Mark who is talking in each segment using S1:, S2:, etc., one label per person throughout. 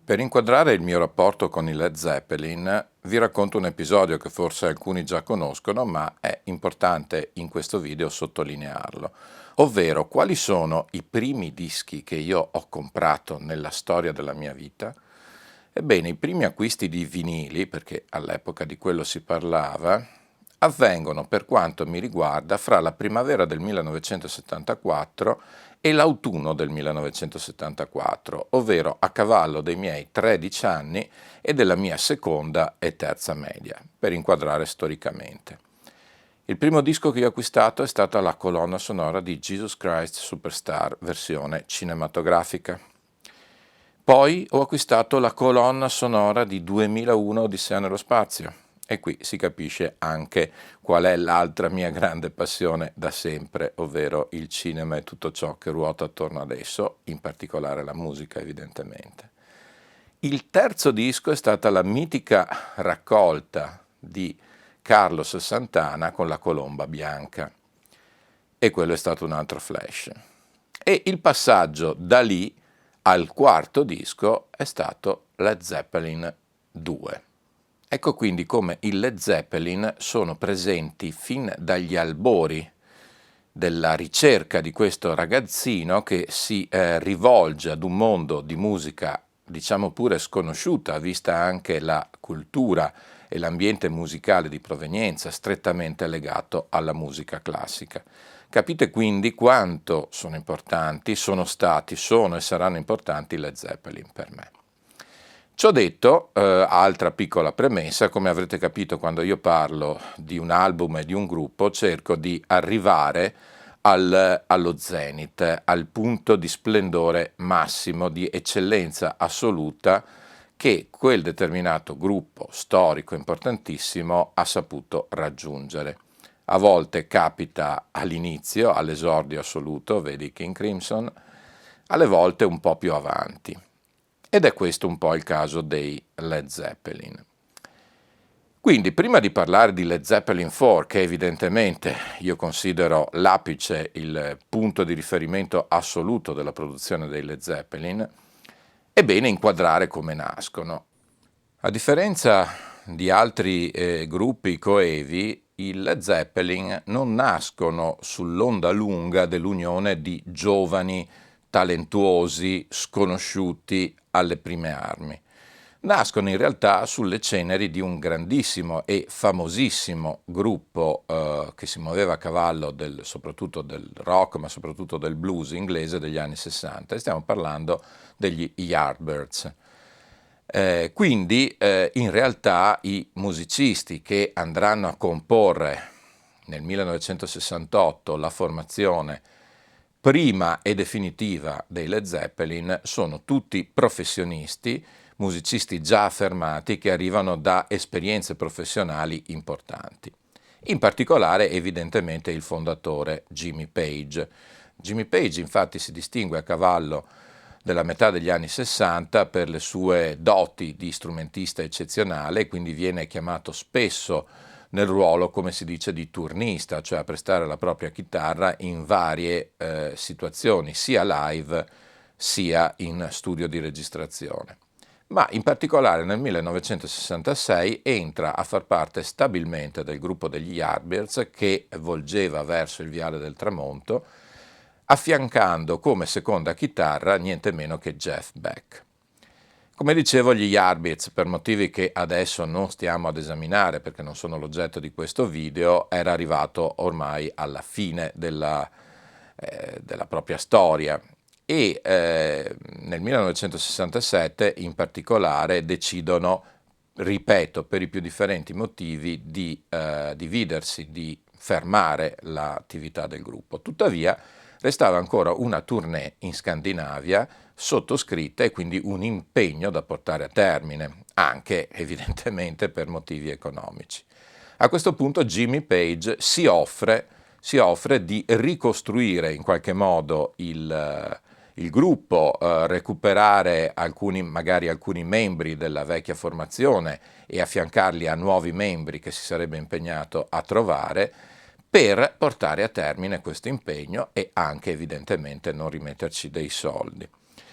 S1: Per inquadrare il mio rapporto con i Led Zeppelin, vi racconto un episodio che forse alcuni già conoscono, ma è importante in questo video sottolinearlo, ovvero quali sono i primi dischi che io ho comprato nella storia della mia vita. Ebbene, i primi acquisti di vinili, perché all'epoca di quello si parlava, avvengono per quanto mi riguarda fra la primavera del 1974 e l'autunno del 1974, ovvero a cavallo dei miei 13 anni e della mia seconda e terza media, per inquadrare storicamente. Il primo disco che ho acquistato è stata la colonna sonora di Jesus Christ Superstar, versione cinematografica. Poi ho acquistato la colonna sonora di 2001 Odissea nello spazio. E qui si capisce anche qual è l'altra mia grande passione da sempre, ovvero il cinema e tutto ciò che ruota attorno ad esso, in particolare la musica evidentemente. Il terzo disco è stata la mitica raccolta di Carlos Santana con La colomba bianca, e quello è stato un altro flash. E il passaggio da lì al quarto disco è stato Led Zeppelin 2. Ecco quindi come i Led Zeppelin sono presenti fin dagli albori della ricerca di questo ragazzino che si rivolge ad un mondo di musica, diciamo pure sconosciuta, vista anche la cultura e l'ambiente musicale di provenienza strettamente legato alla musica classica. Capite quindi quanto sono importanti, sono stati, sono e saranno importanti i Led Zeppelin per me. Ciò detto, altra piccola premessa, come avrete capito quando io parlo di un album e di un gruppo, cerco di arrivare allo zenith, al punto di splendore massimo, di eccellenza assoluta che quel determinato gruppo storico importantissimo ha saputo raggiungere. A volte capita all'inizio, all'esordio assoluto, vedi King Crimson, alle volte un po' più avanti. Ed è questo un po' il caso dei Led Zeppelin. Quindi, prima di parlare di Led Zeppelin 4, che evidentemente io considero l'apice, il punto di riferimento assoluto della produzione dei Led Zeppelin, è bene inquadrare come nascono. A differenza di altri gruppi coevi, i Led Zeppelin non nascono sull'onda lunga dell'unione di giovani, talentuosi, sconosciuti alle prime armi. Nascono in realtà sulle ceneri di un grandissimo e famosissimo gruppo che si muoveva a cavallo soprattutto del rock, ma soprattutto del blues inglese degli anni 60. E stiamo parlando degli Yardbirds. Quindi in realtà i musicisti che andranno a comporre nel 1968 la formazione prima e definitiva dei Led Zeppelin sono tutti professionisti, musicisti già affermati che arrivano da esperienze professionali importanti. In particolare evidentemente il fondatore Jimmy Page. Jimmy Page infatti si distingue a cavallo della metà degli anni 60 per le sue doti di strumentista eccezionale, quindi viene chiamato spesso nel ruolo, come si dice, di turnista, cioè a prestare la propria chitarra in varie situazioni, sia live sia in studio di registrazione. Ma in particolare nel 1966 entra a far parte stabilmente del gruppo degli Yardbirds che volgeva verso il Viale del Tramonto, affiancando come seconda chitarra niente meno che Jeff Beck. Come dicevo, gli Yardbirds, per motivi che adesso non stiamo ad esaminare perché non sono l'oggetto di questo video, era arrivato ormai alla fine della propria storia e nel 1967 in particolare decidono, ripeto, per i più differenti motivi, di dividersi, di fermare l'attività del gruppo. Tuttavia restava ancora una tournée in Scandinavia sottoscritta e quindi un impegno da portare a termine, anche evidentemente per motivi economici. A questo punto Jimmy Page si offre di ricostruire in qualche modo il gruppo, recuperare magari alcuni membri della vecchia formazione e affiancarli a nuovi membri che si sarebbe impegnato a trovare per portare a termine questo impegno e anche evidentemente non rimetterci dei soldi.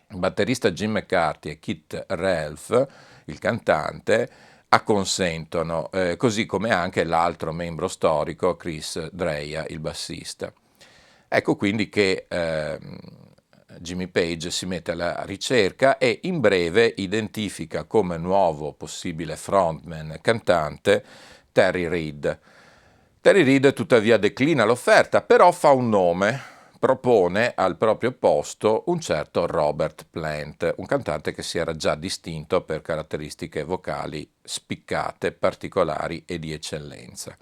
S1: il batterista Jim McCarthy e Keith Relf, il cantante, acconsentono, così come anche l'altro membro storico, Chris Dreja, il bassista. Ecco quindi che Jimmy Page si mette alla ricerca e in breve identifica come nuovo possibile frontman cantante Terry Reid. Terry Reid tuttavia declina l'offerta, però fa un nome, propone al proprio posto un certo Robert Plant, un cantante che si era già distinto per caratteristiche vocali spiccate, particolari e di eccellenza.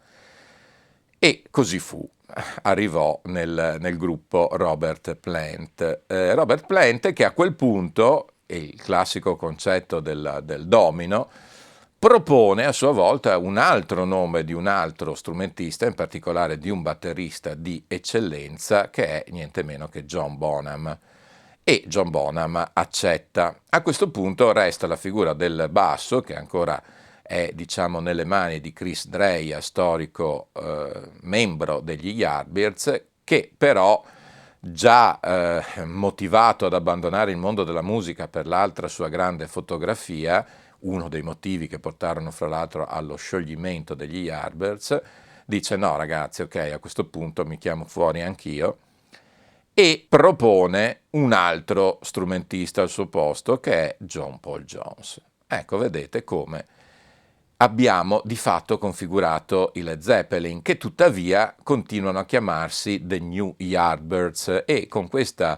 S1: E così fu. Arrivò nel gruppo Robert Plant. Robert Plant che a quel punto, è il classico concetto del domino, propone a sua volta un altro nome di un altro strumentista, in particolare di un batterista di eccellenza, che è niente meno che John Bonham. E John Bonham accetta. A questo punto resta la figura del basso, che ancora è diciamo nelle mani di Chris Dreja, storico membro degli Yardbirds, che però già motivato ad abbandonare il mondo della musica per l'altra sua grande fotografia, uno dei motivi che portarono fra l'altro allo scioglimento degli Yardbirds, dice no ragazzi, ok, a questo punto mi chiamo fuori anch'io, e propone un altro strumentista al suo posto che è John Paul Jones. Ecco, vedete come abbiamo di fatto configurato i Led Zeppelin, che tuttavia continuano a chiamarsi The New Yardbirds e con questo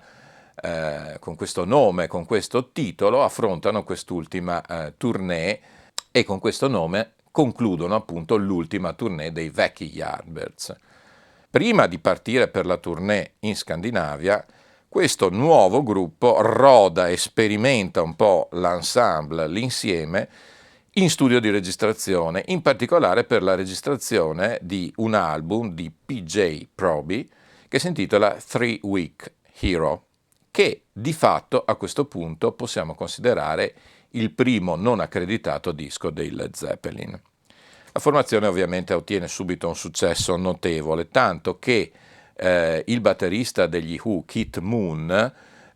S1: nome, con questo titolo, affrontano quest'ultima tournée e con questo nome concludono appunto l'ultima tournée dei vecchi Yardbirds. Prima di partire per la tournée in Scandinavia, questo nuovo gruppo roda e sperimenta un po' l'ensemble, l'insieme, in studio di registrazione, in particolare per la registrazione di un album di PJ Proby che si intitola 3 Week Hero, che di fatto a questo punto possiamo considerare il primo non accreditato disco dei Led Zeppelin. La formazione ovviamente ottiene subito un successo notevole, tanto che il batterista degli Who, Keith Moon,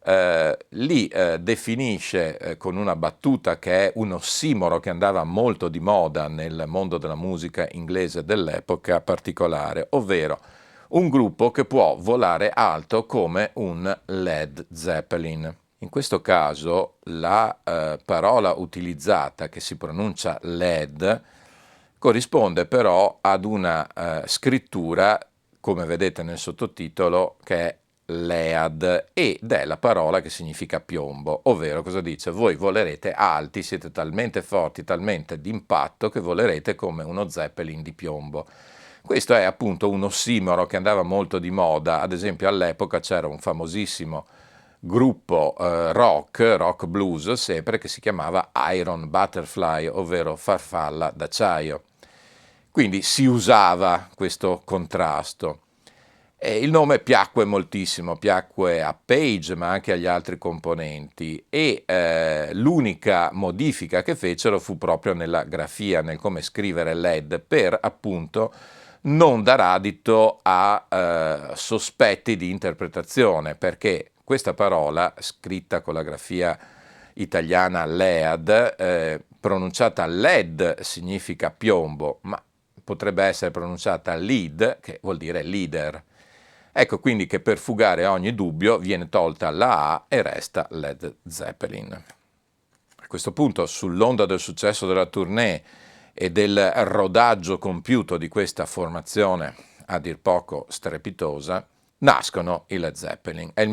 S1: li definisce con una battuta che è un ossimoro che andava molto di moda nel mondo della musica inglese dell'epoca particolare, ovvero un gruppo che può volare alto come un Led Zeppelin. In questo caso la parola utilizzata, che si pronuncia Led, corrisponde però ad una scrittura, come vedete nel sottotitolo, che è Lead, ed è la parola che significa piombo, ovvero cosa dice? Voi volerete alti, siete talmente forti, talmente d'impatto che volerete come uno Zeppelin di piombo. Questo è appunto un ossimoro che andava molto di moda, ad esempio all'epoca c'era un famosissimo gruppo rock blues sempre, che si chiamava Iron Butterfly, ovvero farfalla d'acciaio. Quindi si usava questo contrasto. Il nome piacque moltissimo, piacque a Page ma anche agli altri componenti e l'unica modifica che fecero fu proprio nella grafia, nel come scrivere LED, per appunto non dar adito a sospetti di interpretazione, perché questa parola, scritta con la grafia italiana LEAD, pronunciata LED significa piombo, ma potrebbe essere pronunciata lead, che vuol dire leader. Ecco quindi che per fugare ogni dubbio viene tolta la A e resta Led Zeppelin. A questo punto, sull'onda del successo della tournée e del rodaggio compiuto di questa formazione a dir poco strepitosa, nascono i Led Zeppelin. È il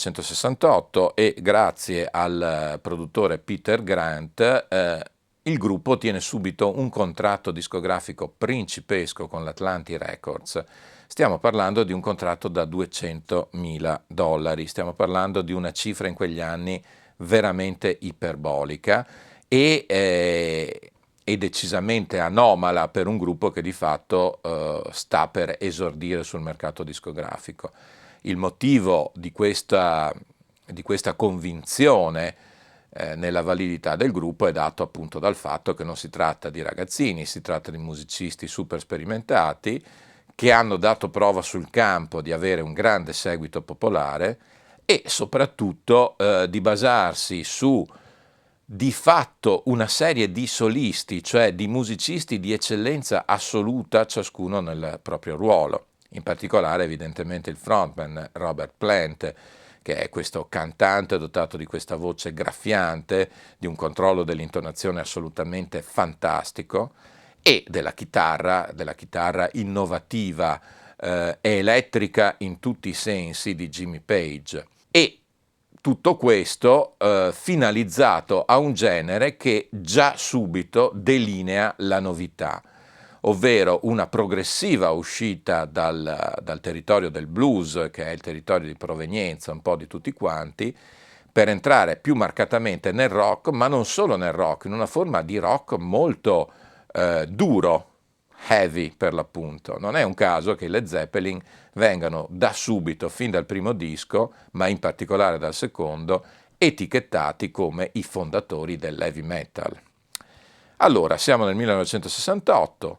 S1: 1968 e grazie al produttore Peter Grant il gruppo ottiene subito un contratto discografico principesco con l'Atlantic Records. Stiamo parlando di un contratto da $200.000, stiamo parlando di una cifra in quegli anni veramente iperbolica e decisamente anomala per un gruppo che di fatto sta per esordire sul mercato discografico. Il motivo di questa convinzione nella validità del gruppo è dato appunto dal fatto che non si tratta di ragazzini, si tratta di musicisti super sperimentati che hanno dato prova sul campo di avere un grande seguito popolare e soprattutto di basarsi su di fatto una serie di solisti, cioè di musicisti di eccellenza assoluta, ciascuno nel proprio ruolo. In particolare evidentemente il frontman Robert Plant, che è questo cantante dotato di questa voce graffiante, di un controllo dell'intonazione assolutamente fantastico, e della chitarra innovativa e elettrica in tutti i sensi di Jimmy Page. E tutto questo finalizzato a un genere che già subito delinea la novità, ovvero una progressiva uscita dal territorio del blues, che è il territorio di provenienza un po' di tutti quanti, per entrare più marcatamente nel rock, ma non solo nel rock, in una forma di rock molto duro, heavy per l'appunto. Non è un caso che i Led Zeppelin vengano da subito, fin dal primo disco, ma in particolare dal secondo, etichettati come i fondatori dell'heavy metal. Allora, siamo nel 1968,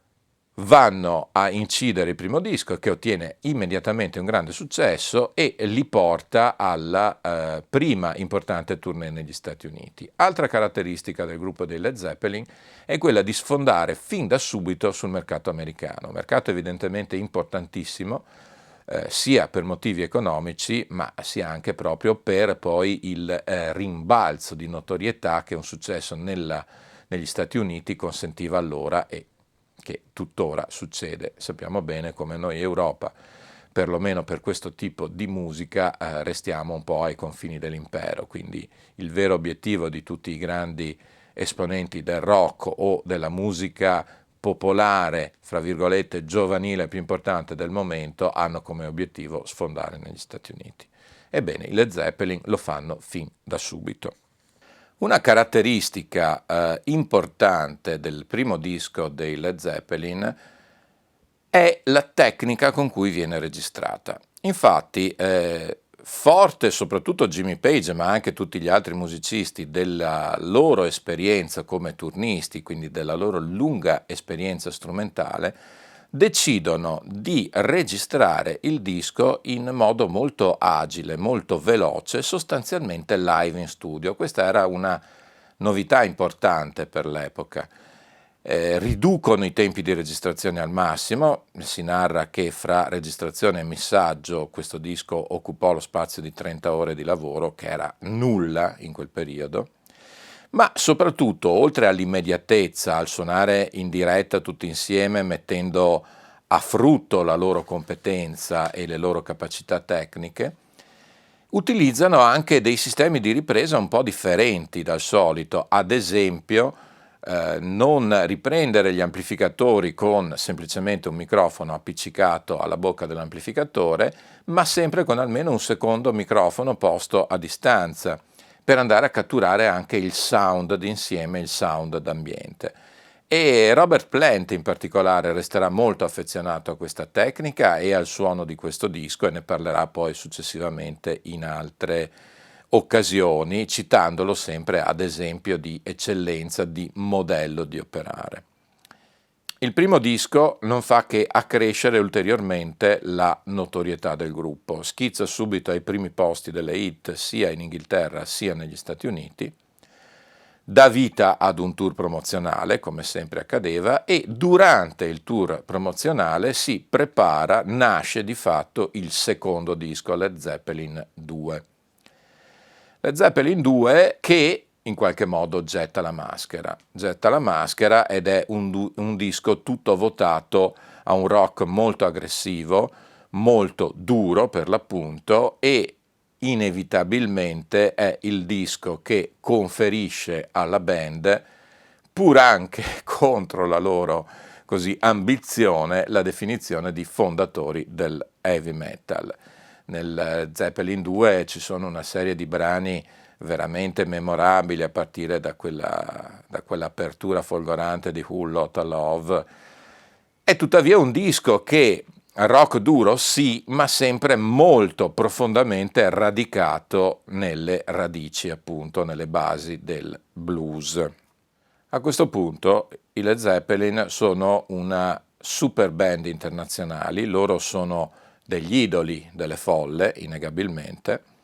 S1: vanno a incidere il primo disco che ottiene immediatamente un grande successo e li porta alla prima importante tournée negli Stati Uniti. Altra caratteristica del gruppo dei Led Zeppelin è quella di sfondare fin da subito sul mercato americano, mercato evidentemente importantissimo, sia per motivi economici, ma sia anche proprio per poi il rimbalzo di notorietà che un successo negli Stati Uniti consentiva allora e che tuttora succede. Sappiamo bene come noi Europa, perlomeno per questo tipo di musica, restiamo un po' ai confini dell'impero, quindi il vero obiettivo di tutti i grandi esponenti del rock o della musica popolare, fra virgolette, giovanile più importante del momento, hanno come obiettivo sfondare negli Stati Uniti. Ebbene, i Led Zeppelin lo fanno fin da subito. Una caratteristica importante del primo disco dei Led Zeppelin è la tecnica con cui viene registrata. Infatti, forte soprattutto Jimmy Page, ma anche tutti gli altri musicisti, della loro esperienza come turnisti, quindi della loro lunga esperienza strumentale, decidono di registrare il disco in modo molto agile, molto veloce, sostanzialmente live in studio. Questa era una novità importante per l'epoca. Riducono i tempi di registrazione al massimo, si narra che fra registrazione e missaggio questo disco occupò lo spazio di 30 ore di lavoro, che era nulla in quel periodo, ma soprattutto, oltre all'immediatezza, al suonare in diretta tutti insieme, mettendo a frutto la loro competenza e le loro capacità tecniche, utilizzano anche dei sistemi di ripresa un po' differenti dal solito, ad esempio non riprendere gli amplificatori con semplicemente un microfono appiccicato alla bocca dell'amplificatore, ma sempre con almeno un secondo microfono posto a distanza, per andare a catturare anche il sound d'insieme, il sound d'ambiente. E Robert Plant in particolare resterà molto affezionato a questa tecnica e al suono di questo disco, e ne parlerà poi successivamente in altre occasioni, citandolo sempre ad esempio di eccellenza, di modello di operare. Il primo disco non fa che accrescere ulteriormente la notorietà del gruppo, schizza subito ai primi posti delle hit sia in Inghilterra sia negli Stati Uniti, dà vita ad un tour promozionale, come sempre accadeva, e durante il tour promozionale si prepara, nasce di fatto il secondo disco, Led Zeppelin 2. Led Zeppelin 2 che in qualche modo getta la maschera ed è un disco tutto votato a un rock molto aggressivo, molto duro per l'appunto, e inevitabilmente è il disco che conferisce alla band, pur anche contro la loro così ambizione, la definizione di fondatori del heavy metal. Nel Zeppelin 2 ci sono una serie di brani veramente memorabili, a partire da quell'apertura folgorante di Whole Lotta Love. È tuttavia un disco che rock duro sì, ma sempre molto profondamente radicato nelle radici, appunto, nelle basi del blues. A questo punto i Led Zeppelin sono una super band internazionali, loro sono degli idoli delle folle, innegabilmente,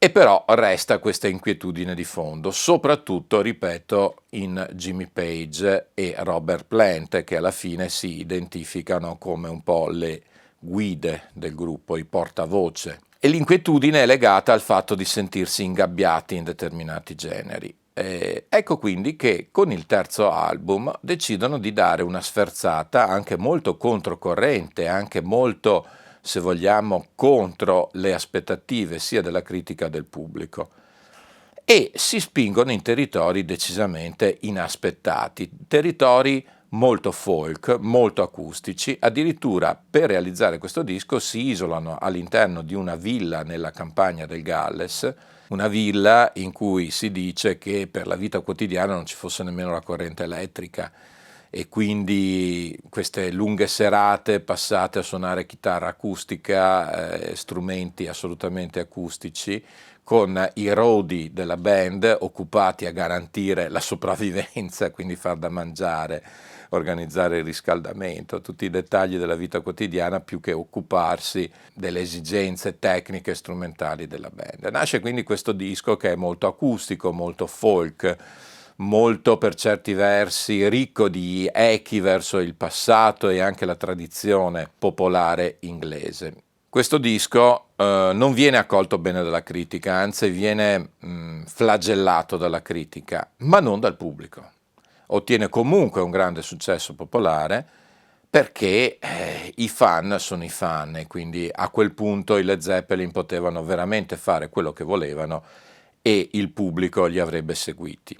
S1: E però resta questa inquietudine di fondo, soprattutto, ripeto, in Jimmy Page e Robert Plant, che alla fine si identificano come un po' le guide del gruppo, i portavoce. E l'inquietudine è legata al fatto di sentirsi ingabbiati in determinati generi. Ecco quindi che con il terzo album decidono di dare una sferzata anche molto controcorrente, anche molto, se vogliamo, contro le aspettative sia della critica che del pubblico, e si spingono in territori decisamente inaspettati, territori molto folk, molto acustici. Addirittura per realizzare questo disco si isolano all'interno di una villa nella campagna del Galles, una villa in cui si dice che per la vita quotidiana non ci fosse nemmeno la corrente elettrica, e quindi queste lunghe serate passate a suonare chitarra acustica, strumenti assolutamente acustici, con i roadie della band occupati a garantire la sopravvivenza, quindi far da mangiare, organizzare il riscaldamento, tutti i dettagli della vita quotidiana più che occuparsi delle esigenze tecniche e strumentali della band. Nasce quindi questo disco che è molto acustico, molto folk, molto per certi versi ricco di echi verso il passato e anche la tradizione popolare inglese. Questo disco non viene accolto bene dalla critica, anzi viene flagellato dalla critica, ma non dal pubblico. Ottiene comunque un grande successo popolare perché i fan sono i fan, e quindi a quel punto i Led Zeppelin potevano veramente fare quello che volevano e il pubblico li avrebbe seguiti.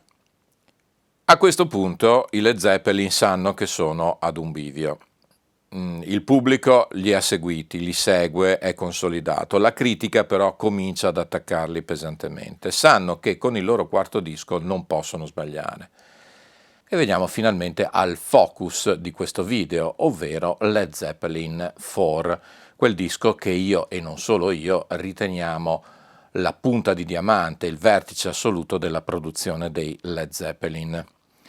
S1: A questo punto i Led Zeppelin sanno che sono ad un bivio. Il pubblico li ha seguiti, li segue, è consolidato. La critica però comincia ad attaccarli pesantemente. Sanno che con il loro quarto disco non possono sbagliare. E veniamo finalmente al focus di questo video, ovvero Led Zeppelin 4, quel disco che io, e non solo io, riteniamo la punta di diamante, il vertice assoluto della produzione dei Led Zeppelin.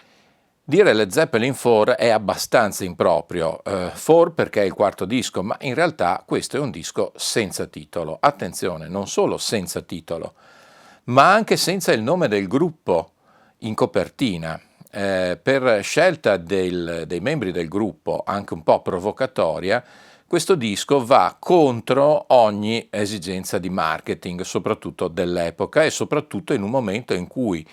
S1: Dire Led Zeppelin 4 è abbastanza improprio, 4 perché è il quarto disco, ma in realtà questo è un disco senza titolo. Attenzione, non solo senza titolo, ma anche senza il nome del gruppo in copertina. Per scelta dei membri del gruppo, anche un po' provocatoria, questo disco va contro ogni esigenza di marketing, soprattutto dell'epoca e soprattutto in un momento in cui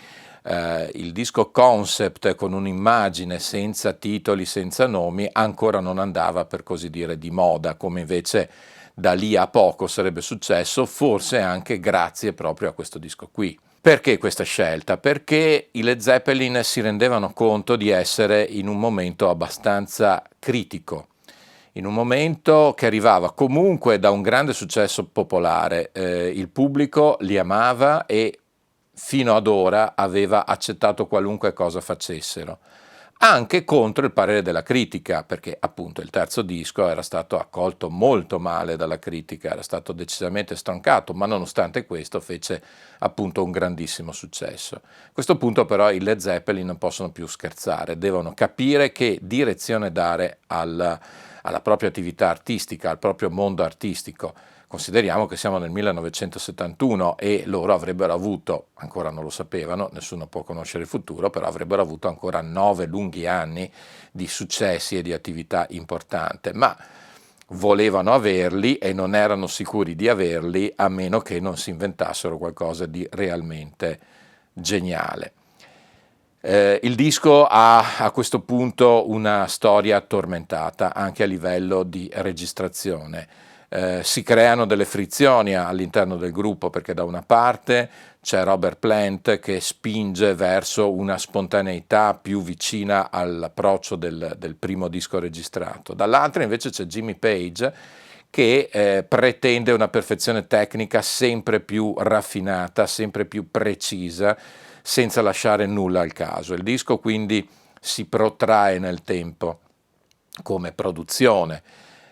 S1: il disco concept con un'immagine senza titoli, senza nomi, ancora non andava, per così dire, di moda, come invece da lì a poco sarebbe successo, forse anche grazie proprio a questo disco qui. Perché questa scelta? Perché i Led Zeppelin si rendevano conto di essere in un momento abbastanza critico, in un momento che arrivava comunque da un grande successo popolare, il pubblico li amava e fino ad ora aveva accettato qualunque cosa facessero, anche contro il parere della critica, perché appunto il terzo disco era stato accolto molto male dalla critica, era stato decisamente stroncato, ma nonostante questo fece appunto un grandissimo successo. A questo punto però i Led Zeppelin non possono più scherzare, devono capire che direzione dare alla propria attività artistica, al proprio mondo artistico. Consideriamo che siamo nel 1971 e loro avrebbero avuto, ancora non lo sapevano, nessuno può conoscere il futuro, però avrebbero avuto ancora 9 lunghi anni di successi e di attività importante, ma volevano averli e non erano sicuri di averli a meno che non si inventassero qualcosa di realmente geniale. Il disco ha a questo punto una storia tormentata anche a livello di registrazione. Si creano delle frizioni all'interno del gruppo perché da una parte c'è Robert Plant che spinge verso una spontaneità più vicina all'approccio del primo disco registrato, dall'altra invece c'è Jimmy Page che pretende una perfezione tecnica sempre più raffinata, sempre più precisa, senza lasciare nulla al caso. Il disco quindi si protrae nel tempo come produzione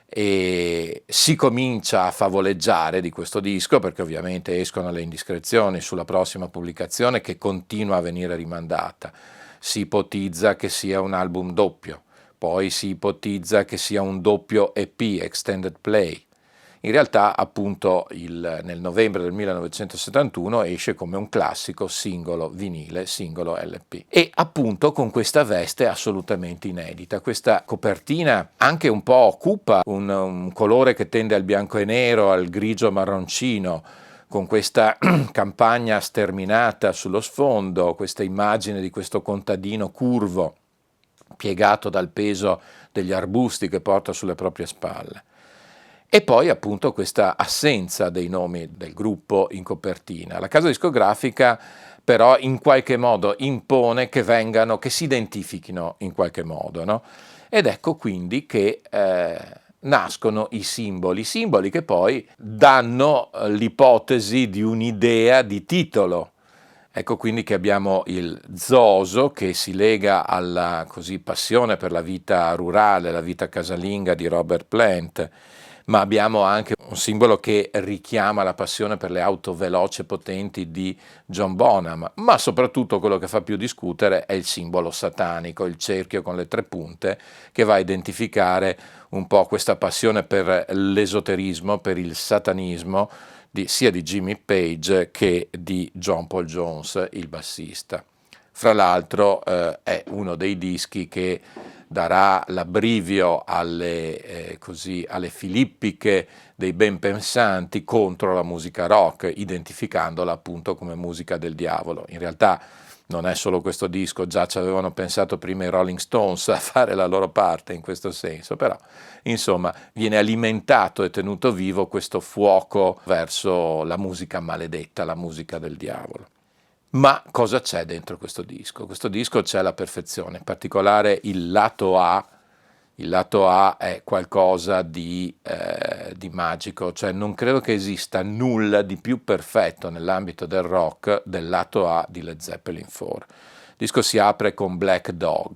S1: e si comincia a favoleggiare di questo disco perché ovviamente escono le indiscrezioni sulla prossima pubblicazione che continua a venire rimandata. Si ipotizza che sia un album doppio, poi si ipotizza che sia un doppio EP, Extended Play. In realtà appunto nel novembre del 1971 esce come un classico singolo vinile, singolo LP. E appunto con questa veste assolutamente inedita, questa copertina anche un po' cupa, un colore che tende al bianco e nero, al grigio marroncino, con questa campagna sterminata sullo sfondo, questa immagine di questo contadino curvo, piegato dal peso degli arbusti che porta sulle proprie spalle. E poi appunto questa assenza dei nomi del gruppo in copertina. La casa discografica però in qualche modo impone che che si identifichino in qualche modo, no? Ed ecco quindi che nascono i simboli che poi danno l'ipotesi di un'idea di titolo. Ecco quindi che abbiamo il zoso che si lega alla così passione per la vita rurale, la vita casalinga di Robert Plant, ma abbiamo anche un simbolo che richiama la passione per le auto veloci e potenti di John Bonham, ma soprattutto quello che fa più discutere è il simbolo satanico, il cerchio con le 3 punte, che va a identificare un po' questa passione per l'esoterismo, per il satanismo, sia di Jimmy Page che di John Paul Jones, il bassista. Fra l'altro è uno dei dischi che darà l'abbrivio alle filippiche dei ben pensanti contro la musica rock, identificandola appunto come musica del diavolo. In realtà non è solo questo disco, già ci avevano pensato prima i Rolling Stones a fare la loro parte in questo senso, però insomma viene alimentato e tenuto vivo questo fuoco verso la musica maledetta, la musica del diavolo. Ma cosa c'è dentro questo disco? Questo disco c'è la perfezione, in particolare il lato A. Il lato A è qualcosa di magico, cioè non credo che esista nulla di più perfetto nell'ambito del rock del lato A di Led Zeppelin 4. Il disco si apre con Black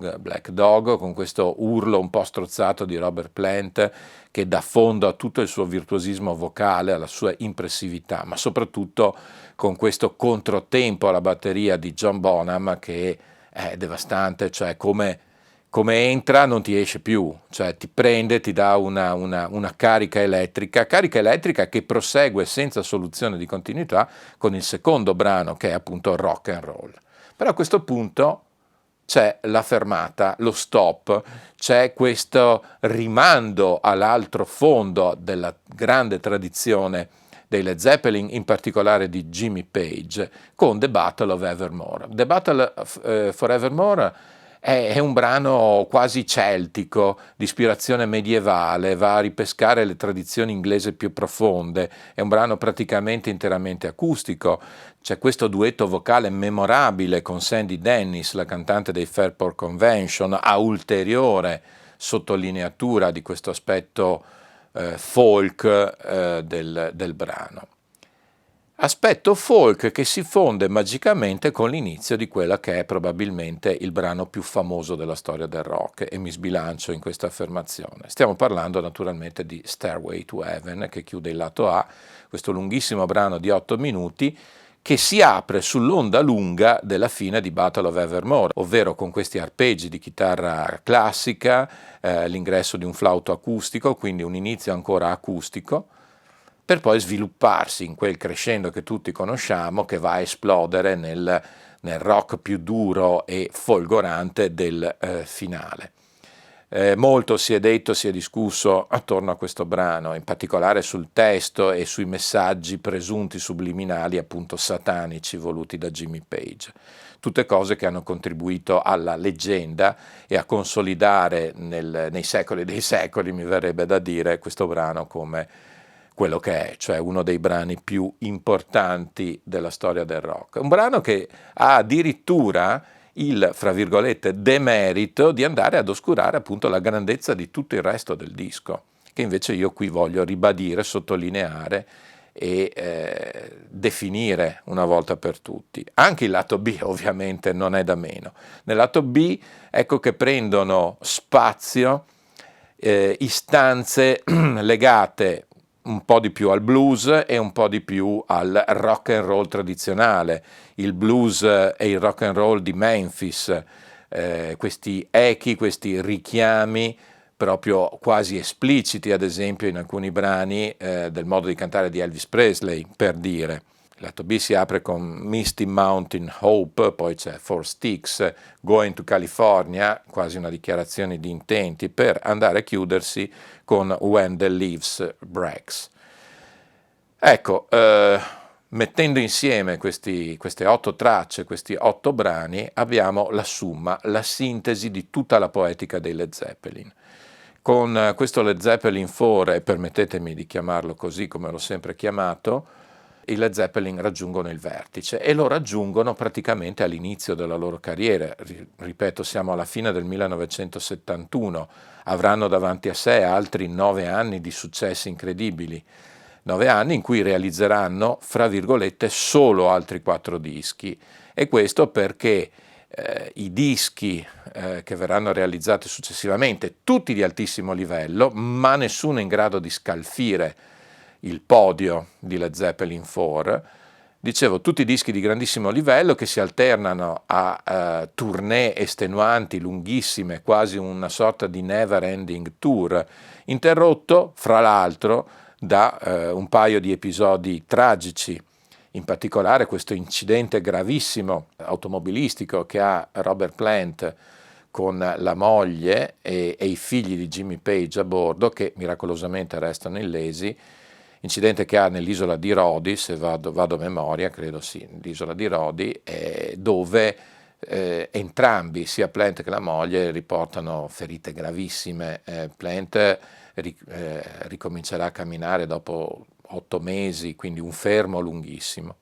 S1: Dog con questo urlo un po' strozzato di Robert Plant che dà fondo a tutto il suo virtuosismo vocale, alla sua impressività, ma soprattutto con questo controtempo alla batteria di John Bonham che è devastante, cioè come entra non ti esce più, cioè ti prende, ti dà una carica elettrica che prosegue senza soluzione di continuità con il secondo brano che è appunto Rock and Roll. Però a questo punto c'è la fermata, lo stop, c'è questo rimando all'altro fondo della grande tradizione dei Led Zeppelin, in particolare di Jimmy Page, con The Battle of Evermore. The Battle for Evermore è un brano quasi celtico, di ispirazione medievale, va a ripescare le tradizioni inglesi più profonde, è un brano praticamente interamente acustico. C'è questo duetto vocale memorabile con Sandy Dennis, la cantante dei Fairport Convention, a ulteriore sottolineatura di questo aspetto folk del brano. Aspetto folk che si fonde magicamente con l'inizio di quella che è probabilmente il brano più famoso della storia del rock, e mi sbilancio in questa affermazione. Stiamo parlando naturalmente di Stairway to Heaven, che chiude il lato A, questo lunghissimo brano di 8 minuti che si apre sull'onda lunga della fine di Battle of Evermore, ovvero con questi arpeggi di chitarra classica, l'ingresso di un flauto acustico, quindi un inizio ancora acustico, per poi svilupparsi in quel crescendo che tutti conosciamo, che va a esplodere nel rock più duro e folgorante del finale. Molto si è detto, si è discusso attorno a questo brano, in particolare sul testo e sui messaggi presunti subliminali, appunto satanici, voluti da Jimmy Page. Tutte cose che hanno contribuito alla leggenda e a consolidare nei secoli dei secoli, mi verrebbe da dire, questo brano come quello che è, cioè uno dei brani più importanti della storia del rock. Un brano che ha addirittura il, fra virgolette, demerito di andare ad oscurare appunto la grandezza di tutto il resto del disco, che invece io qui voglio ribadire, sottolineare e definire una volta per tutti. Anche il lato B ovviamente non è da meno. Nel lato B ecco che prendono spazio istanze legate un po' di più al blues e un po' di più al rock and roll tradizionale, il blues e il rock and roll di Memphis, questi echi, questi richiami proprio quasi espliciti, ad esempio in alcuni brani del modo di cantare di Elvis Presley, per dire. Il lato B si apre con Misty Mountain Hope, poi c'è Four Sticks, Going to California, quasi una dichiarazione di intenti, per andare a chiudersi con When the Leaves Breaks. Ecco, mettendo insieme queste 8 tracce, questi 8 brani, abbiamo la summa, la sintesi di tutta la poetica dei Led Zeppelin. Con questo Led Zeppelin 4, e permettetemi di chiamarlo così come l'ho sempre chiamato, i Led Zeppelin raggiungono il vertice e lo raggiungono praticamente all'inizio della loro carriera. Ripeto, siamo alla fine del 1971, avranno davanti a sé altri 9 anni di successi incredibili. 9 anni in cui realizzeranno, fra virgolette, solo altri 4 dischi. E questo perché i dischi che verranno realizzati successivamente, tutti di altissimo livello, ma nessuno in grado di scalfire il podio di Led Zeppelin 4, dicevo, tutti dischi di grandissimo livello che si alternano a tournée estenuanti, lunghissime, quasi una sorta di never ending tour, interrotto, fra l'altro, da un paio di episodi tragici, in particolare questo incidente gravissimo automobilistico che ha Robert Plant con la moglie e i figli di Jimmy Page a bordo, che miracolosamente restano illesi, incidente che ha nell'isola di Rodi, se vado a memoria, credo sì, l'isola di Rodi, dove entrambi, sia Plant che la moglie, riportano ferite gravissime. Plant ricomincerà a camminare dopo 8 mesi, quindi un fermo lunghissimo.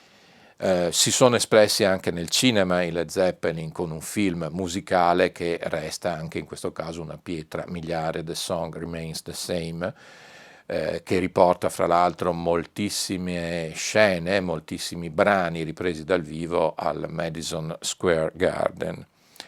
S1: Si sono espressi anche nel cinema i Led Zeppelin con un film musicale che resta anche in questo caso una pietra miliare, The Song Remains the Same, che riporta fra l'altro moltissime scene, moltissimi brani ripresi dal vivo al Madison Square Garden.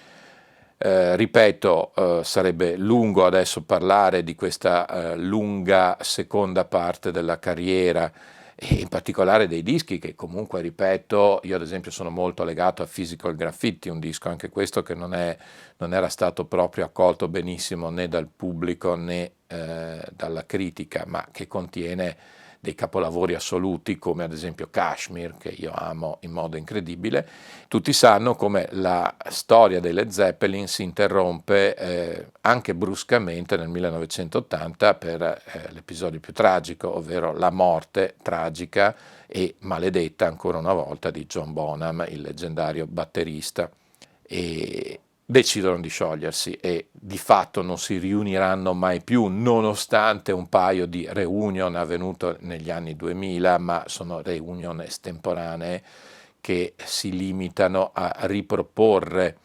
S1: Ripeto, sarebbe lungo adesso parlare di questa lunga seconda parte della carriera e in particolare dei dischi che comunque, ripeto, io ad esempio sono molto legato a Physical Graffiti, un disco anche questo che non era stato proprio accolto benissimo né dal pubblico né dalla critica, ma che contiene dei capolavori assoluti come ad esempio Kashmir, che io amo in modo incredibile. Tutti sanno come la storia dei Led Zeppelin si interrompe anche bruscamente nel 1980 per l'episodio più tragico, ovvero la morte tragica e maledetta ancora una volta di John Bonham, il leggendario batterista. E decidono di sciogliersi e di fatto non si riuniranno mai più, nonostante un paio di reunion avvenute negli anni 2000, ma sono reunion estemporanee che si limitano a riproporre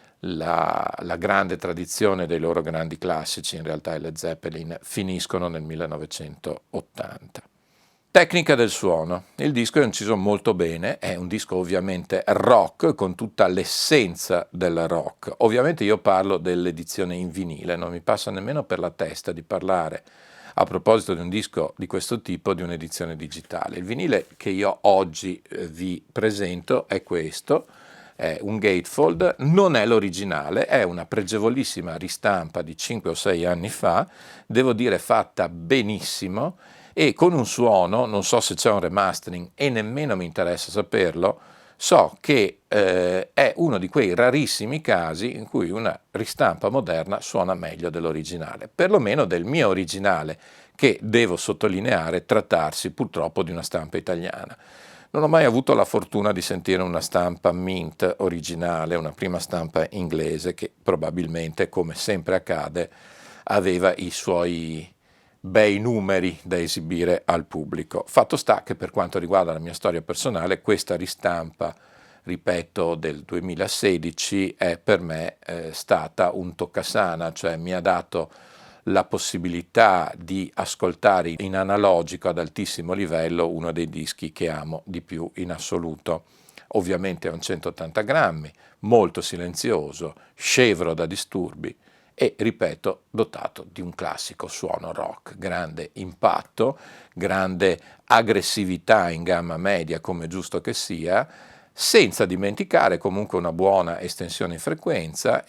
S1: la grande tradizione dei loro grandi classici. In realtà i Led Zeppelin finiscono nel 1980. Tecnica del suono. Il disco è inciso molto bene, è un disco ovviamente rock con tutta l'essenza del rock. Ovviamente io parlo dell'edizione in vinile, non mi passa nemmeno per la testa di parlare a proposito di un disco di questo tipo di un'edizione digitale. Il vinile che io oggi vi presento è questo, è un gatefold, non è l'originale, è una pregevolissima ristampa di 5 o 6 anni fa, devo dire fatta benissimo, e con un suono, non so se c'è un remastering e nemmeno mi interessa saperlo, so che è uno di quei rarissimi casi in cui una ristampa moderna suona meglio dell'originale, perlomeno del mio originale, che devo sottolineare trattarsi purtroppo di una stampa italiana. Non ho mai avuto la fortuna di sentire una stampa mint originale, una prima stampa inglese che probabilmente, come sempre accade, aveva i suoi bei numeri da esibire al pubblico. Fatto sta che per quanto riguarda la mia storia personale, questa ristampa, ripeto, del 2016 è per me stata un toccasana, cioè mi ha dato la possibilità di ascoltare in analogico ad altissimo livello uno dei dischi che amo di più in assoluto. Ovviamente è un 180 grammi, molto silenzioso, scevro da disturbi, e, ripeto, dotato di un classico suono rock, grande impatto, grande aggressività in gamma media come giusto che sia, senza dimenticare comunque una buona estensione in frequenza e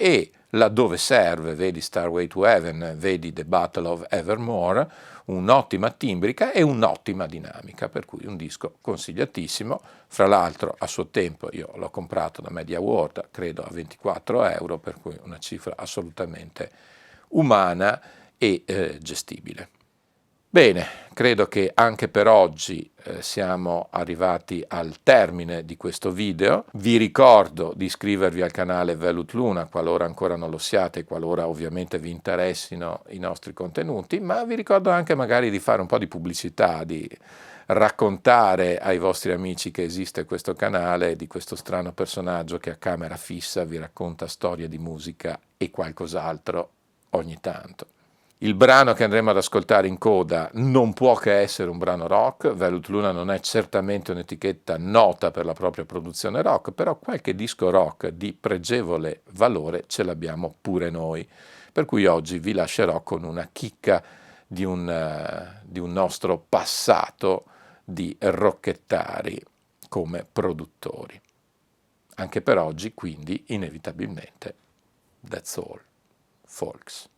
S1: laddove serve, vedi Starway to Heaven, vedi The Battle of Evermore, un'ottima timbrica e un'ottima dinamica, per cui un disco consigliatissimo. Fra l'altro a suo tempo io l'ho comprato da Media World, credo a 24 euro, per cui una cifra assolutamente umana e gestibile. Bene, credo che anche per oggi siamo arrivati al termine di questo video. Vi ricordo di iscrivervi al canale Velut Luna qualora ancora non lo siate, qualora ovviamente vi interessino i nostri contenuti, ma vi ricordo anche magari di fare un po' di pubblicità, di raccontare ai vostri amici che esiste questo canale, di questo strano personaggio che a camera fissa vi racconta storie di musica e qualcos'altro ogni tanto. Il brano che andremo ad ascoltare in coda non può che essere un brano rock. Velut Luna non è certamente un'etichetta nota per la propria produzione rock, però qualche disco rock di pregevole valore ce l'abbiamo pure noi, per cui oggi vi lascerò con una chicca di un nostro passato di rockettari come produttori. Anche per oggi, quindi, inevitabilmente, that's all, folks.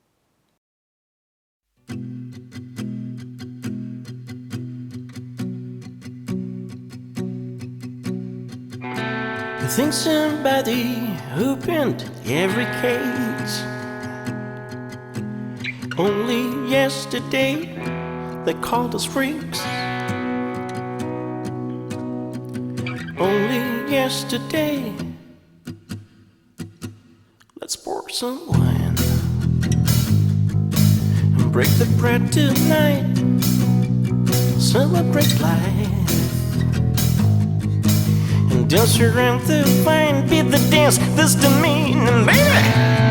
S2: I think somebody opened every cage. Only yesterday they called us freaks. Only yesterday. Let's pour some wine. Break the bread tonight, celebrate life, and dance around the fire, beat the dance, this to me, and baby.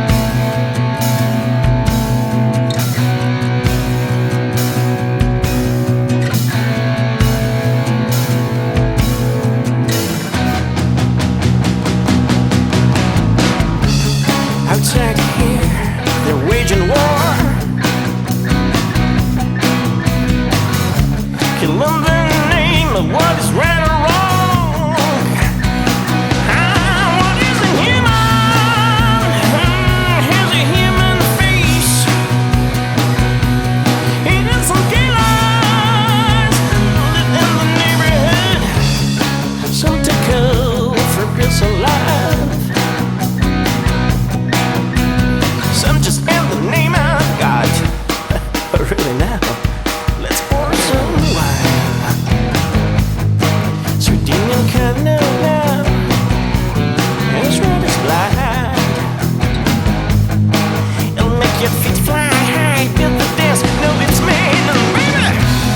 S2: Outside here, they're waging war. Killing the name of what is right or wrong. What isn't human? Here's a human face. Even some killers live in the neighborhood. Some to go for peace alive. Some just in the name of God. Really now. Your feet fly high, feel the dance, know it's made of baby.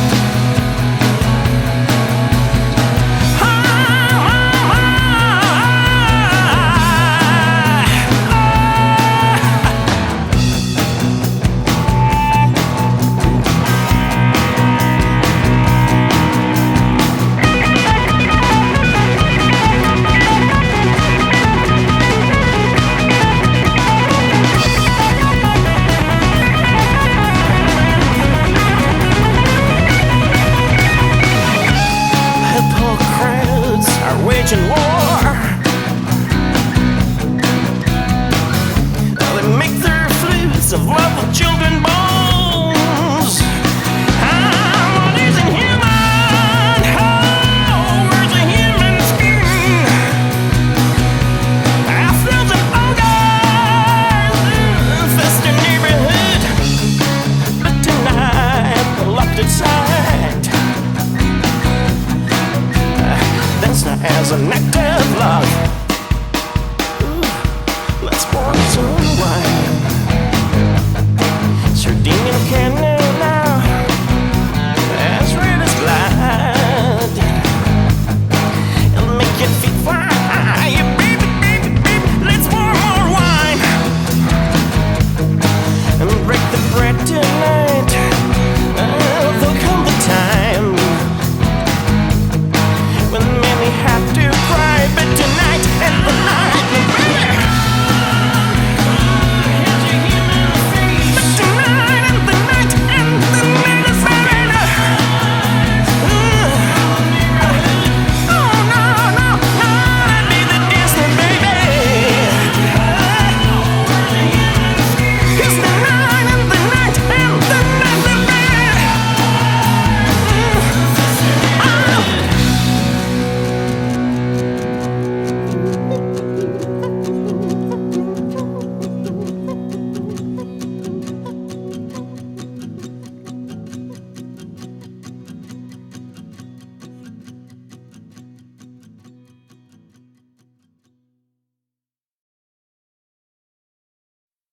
S2: Waging war. They make their flutes of love with children bones. What isn't human? Where's the human skin? Afros and ogres infest their neighborhood, but tonight they're locked inside. That's not as an act of love.